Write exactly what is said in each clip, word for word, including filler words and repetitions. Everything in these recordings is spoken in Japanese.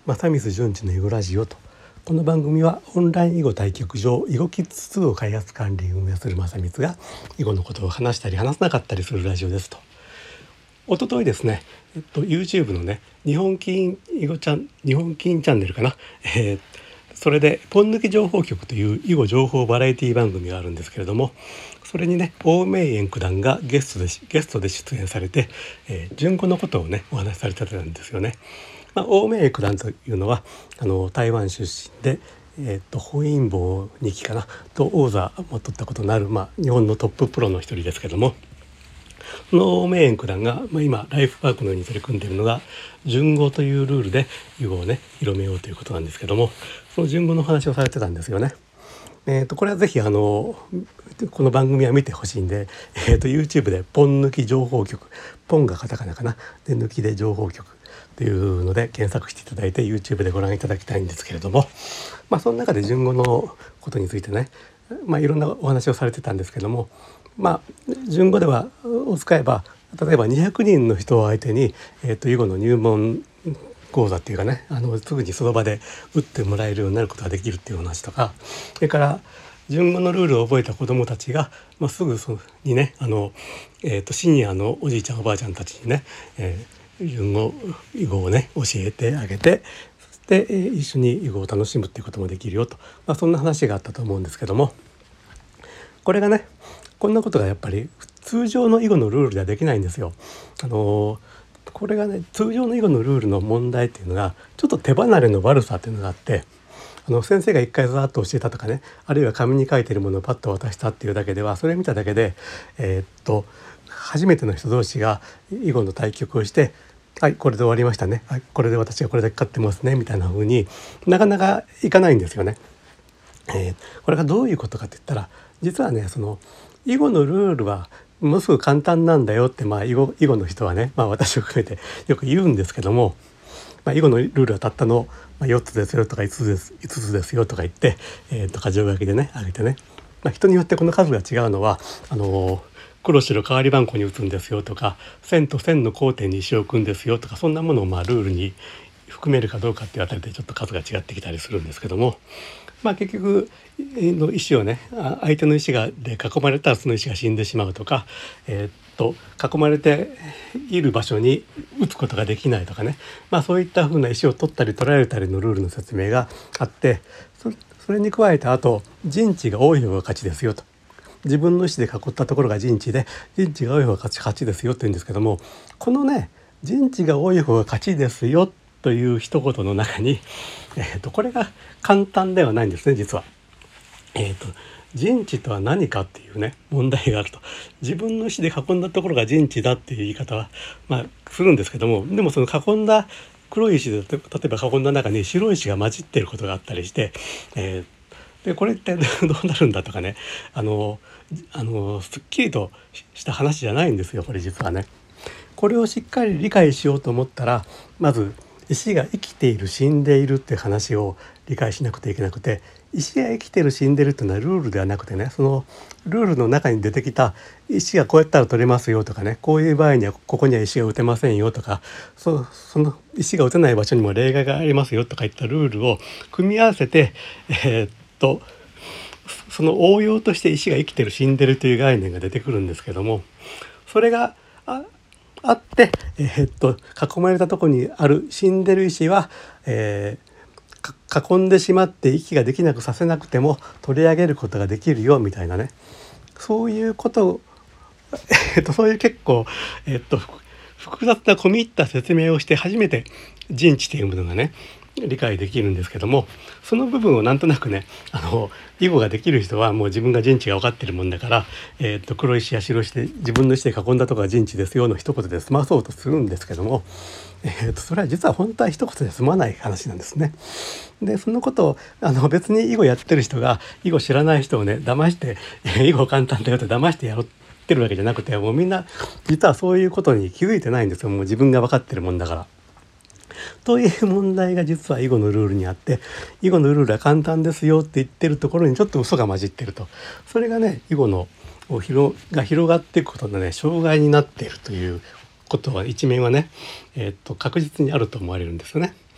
正水純次の囲碁ラジオと。この番組はオンライン囲碁対局場囲碁キッズツーを開発管理運営する正光が囲碁のことを話したり話さなかったりするラジオですと。一昨日ですね、えっと、YouTube のね日本金囲碁チャン日本金チャンネルかな、えー、それでポン抜き情報局という囲碁情報バラエティ番組があるんですけれども、それにね王明円九段がゲストでゲストで出演されて、えー、順碁のことをねお話しされてたんですよね。まあ、王明円九段というのはあの台湾出身で、えー、と本因坊に期かなと王座も取ったことのある、まあ、日本のトッププロの一人ですけども、その王明円九段が、まあ、今ライフワークのように取り組んでいるのが順碁というルールで囲碁をね広めようということなんですけども、その順碁の話をされてたんですよね。えー、とこれはぜひあのこの番組は見てほしいんで、えー、と YouTube でポン抜き情報局、ポンがカタカナかなで抜きで情報局というので検索していただいて YouTube でご覧いただきたいんですけれども、まあ、その中で順碁のことについてね、まあ、いろんなお話をされてたんですけども、まあ、順碁ではを使えば例えばにひゃくにんの人を相手に、えー、と囲碁の入門講座っていうかね、あのすぐにその場で打ってもらえるようになることができるっていう話とか、それから順碁のルールを覚えた子どもたちが、まあ、すぐそのにねあの、えー、とシニアのおじいちゃんおばあちゃんたちにね、えー、順碁囲碁をね教えてあげて、そして、えー、一緒に囲碁を楽しむっていうこともできるよと、まあ、そんな話があったと思うんですけども、これがねこんなことがやっぱり通常の囲碁のルールではできないんですよ。あのこれがね通常の囲碁のルールの問題っていうのがちょっと手離れの悪さっていうのがあって、あの先生が一回ざーっと教えたとかね、あるいは紙に書いてるものをパッと渡したっていうだけでは、それ見ただけで、えー、っと初めての人同士が囲碁の対局をしてはいこれで終わりましたね、はいこれで私はこれだけ勝ってますねみたいな風になかなかいかないんですよね。えー、これがどういうことかって言ったら、実はねその囲碁のルールはものすごく簡単なんだよって、まあ、囲碁、囲碁の人はね、まあ、私を含めてよく言うんですけども、まあ、囲碁のルールはたったのよっつですよとかいつつです、いつつですよとか言って、えー、と箇条書きでね上げてね、まあ、人によってこの数が違うのはあのー、黒白代わり番号に打つんですよとか、線と線の交点に石を置くんですよとか、そんなものをまあルールに含めるかどうかっていうあたりでちょっと数が違ってきたりするんですけども、まあ、結局の石をね相手の石がで囲まれたらその石が死んでしまうとか、えー、っと囲まれている場所に打つことができないとかね、まあ、そういった風な石を取ったり取られたりのルールの説明があって、そ, それに加えてあと陣地が多い方が勝ちですよと、自分の石で囲ったところが陣地で陣地が多い方が勝ち勝ちですよって言うんですけども、このね陣地が多い方が勝ちですよという一言の中に、えー、とこれが簡単ではないんですね実は。えー、と陣地とは何かっていうね問題があると。自分の石で囲んだところが陣地だっていう言い方は、まあ、するんですけども、でもその囲んだ黒い石で例えば囲んだ中に白い石が混じっていることがあったりして、えー、でこれってどうなるんだとかね、あのあのすっきりとした話じゃないんですよこれ実はね。これをしっかり理解しようと思ったら、まず石が生きている死んでいるっていう話を理解しなくてはいけなくて、石が生きている死んでいるっていうのはルールではなくてね、そのルールの中に出てきた石がこうやったら取れますよとかね、こういう場合にはここには石が打てませんよとか、 そ, その石が打てない場所にも例外がありますよとかいったルールを組み合わせて、えー、っとその応用として石が生きてる死んでるという概念が出てくるんですけども、それがああって、えー、っと囲まれたところにある死んでる石は、えー、囲んでしまって息ができなくさせなくても取り上げることができるよみたいなね、そういうことを、えー、っとそういう結構、えー、っと複雑な込み入った説明をして初めて陣地というものがね理解できるんですけども、その部分をなんとなくねあの囲碁ができる人はもう自分が陣地が分かってるもんだから、えー、と黒石や白石で自分の石で囲んだところが陣地ですよの一言で済まそうとするんですけども、えー、とそれは実は本当は一言で済まない話なんですね。でそのことをあの別に囲碁やってる人が囲碁知らない人をね騙して囲碁簡単だよって騙してやろうってるわけじゃなくて、もうみんな実はそういうことに気づいてないんですよ。もう自分が分かってるもんだから。という問題が実は囲碁のルールにあって、囲碁のルールは簡単ですよって言ってるところにちょっと嘘が混じってると、それがね囲碁の広が広がっていくことのね障害になっているということは一面はね、えー、っと確実にあると思われるんですよね。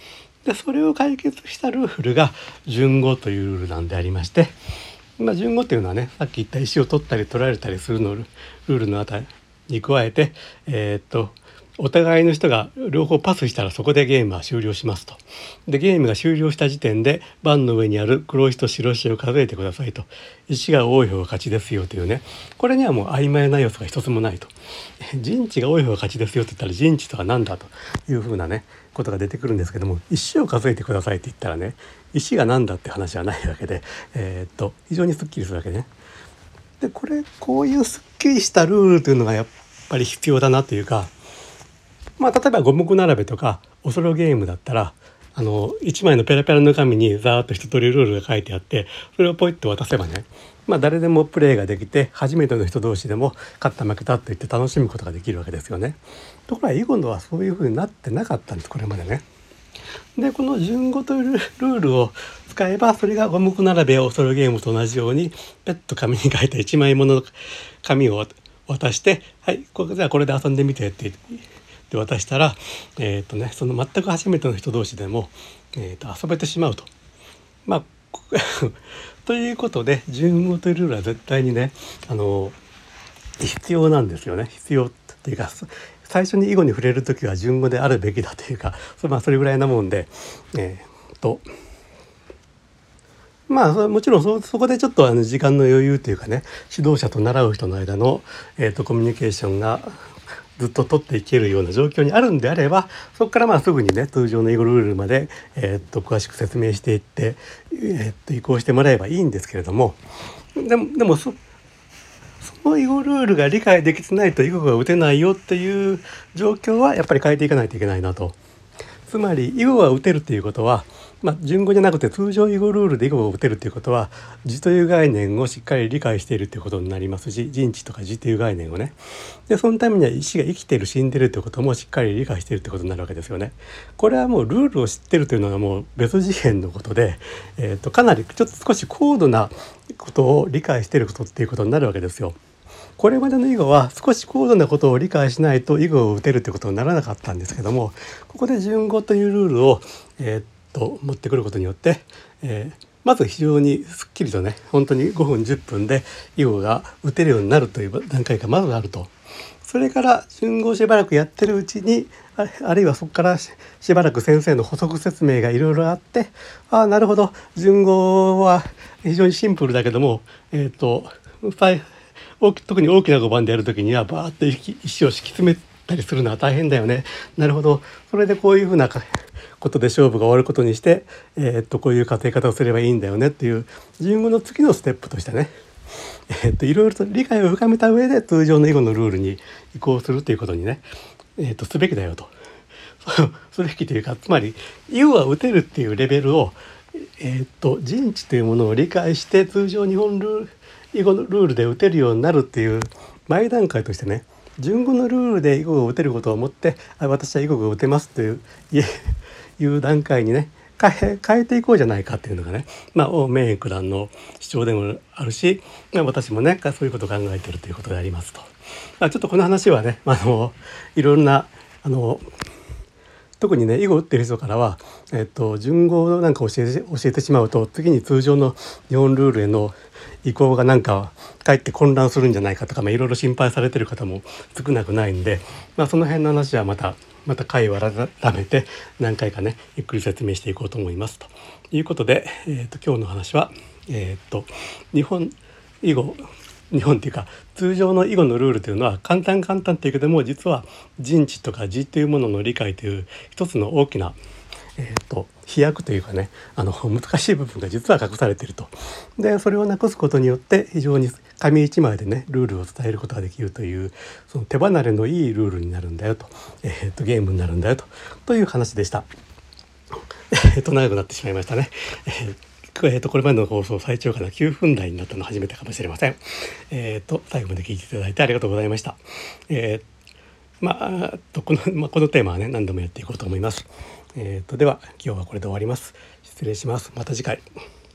でそれを解決したルールが順語というルールなんでありまして、まあ、順語というのはね、さっき言った石を取ったり取られたりするのルールのあたりに加えて、えー、っとお互いの人が両方パスしたらそこでゲームは終了しますと。でゲームが終了した時点で盤の上にある黒石と白石を数えてくださいと。石が多い方が勝ちですよというね、これにはもう曖昧な要素が一つもないと。陣地が多い方が勝ちですよって言ったら陣地とは何だというふうなねことが出てくるんですけども、石を数えてくださいって言ったらね、石が何だって話はないわけで、えー、っと非常にすっきりするわけね。でこれこういうすっきりしたルールというのがやっぱり必要だなというか、まあ、例えば五目並べとかおそろゲームだったらあのいちまいのペラペラの紙にざーっと一通りルールが書いてあって、それをポイッと渡せばね、まあ、誰でもプレーができて初めての人同士でも勝った負けたって言って楽しむことができるわけですよね。ところが囲碁のはそういうふうになってなかったんです、これまでね。でこの順語というルールを使えば、それが五目並べやおそろゲームと同じようにペット紙に書いたいちまいものの紙を渡して、はいこれじゃあこれで遊んでみてってで渡したら、えーとね、その全く初めての人同士でも、えーと遊べてしまうと。まあということで順語というルールは絶対にねあの必要なんですよね。必要というか最初に囲碁に触れるときは順語であるべきだというか、それ、まあ、それぐらいなもんで、えー、とまあもちろん そ, そこでちょっとあの時間の余裕というかね、指導者と習う人の間の、えー、とコミュニケーションがずっと取っていけるような状況にあるんであれば、そこからまあすぐにね通常の囲碁ルールまで、えー、っと詳しく説明していって、えー、っと移行してもらえばいいんですけれども、でもでもそその囲碁ルールが理解できてないと囲碁が打てないよっていう状況はやっぱり変えていかないといけないなと。つまり囲碁が打てるということは、まあ、順語じゃなくて通常囲碁ルールで囲碁を打てるということは地という概念をしっかり理解しているということになりますし、陣地とか地という概念をね、でそのためには石が生きている死んでいるということもしっかり理解しているということになるわけですよね。これはもうルールを知ってるというのはもう別次元のことで、えー、とかなりちょっと少し高度なことを理解していることっていうことになるわけですよ。これまでの囲碁は少し高度なことを理解しないと囲碁を打てるということにならなかったんですけども、ここで順語というルールを、えー、っと持ってくることによって、えー、まず非常にすっきりとね本当にごふんじゅっぷんで囲碁が打てるようになるという段階がまずあると。それから順語をしばらくやってるうちに あ, あるいはそこからしばらく先生の補足説明がいろいろあって、ああなるほど順語は非常にシンプルだけども、えー、っと特に大きな碁盤でやるときにはバーッと石を敷き詰めたりするのは大変だよね。なるほど、それでこういうふうなことで勝負が終わることにして、えー、っとこういう家庭方をすればいいんだよねっていう順語の次のステップとしてね、えー、っといろいろと理解を深めた上で通常の囲碁のルールに移行するということにね、えー、っとすべきだよとすべきというか、つまり囲碁は打てるっていうレベルを、えー、っと陣地というものを理解して通常日本ルール囲碁のルールで打てるようになるっていう前段階としてね、順語のルールで囲碁を打てることを思って、あ私は囲碁が打てますといういう段階にね変え、変えていこうじゃないかっていうのがね、まあ王明九段の主張でもあるし、まあ、私もねそういうことを考えているということでありますと。まあ、ちょっとこの話はね、あのいろんなあの特にね囲碁を打ってる人からは、えっと、順語なんか教えて、教えてしまうと次に通常の日本ルールへの移行がなんかかえって混乱するんじゃないかとか、まあ、いろいろ心配されてる方も少なくないんで、まあ、その辺の話はまたまた回を改めて何回かねゆっくり説明していこうと思いますということで、えー、と今日の話は、えー、と日本囲碁日本っていうか通常の囲碁のルールというのは簡単簡単っていうけども、実は陣地とか地というものの理解という一つの大きな、えー、と飛躍というかね、あの難しい部分が実は隠されていると。でそれをなくすことによって非常に紙一枚でねルールを伝えることができるという、その手離れのいいルールになるんだよと、えー、とゲームになるんだよとという話でした。えっと長くなってしまいましたね。えーえー、とこれまでの放送最長かなきゅうふん台になったの初めてかもしれません。えー、と最後まで聞いていただいてありがとうございました。えー、まあとこの、まあ、このテーマはね何度もやっていこうと思います。えー、とでは今日はこれで終わります。失礼します。また次回。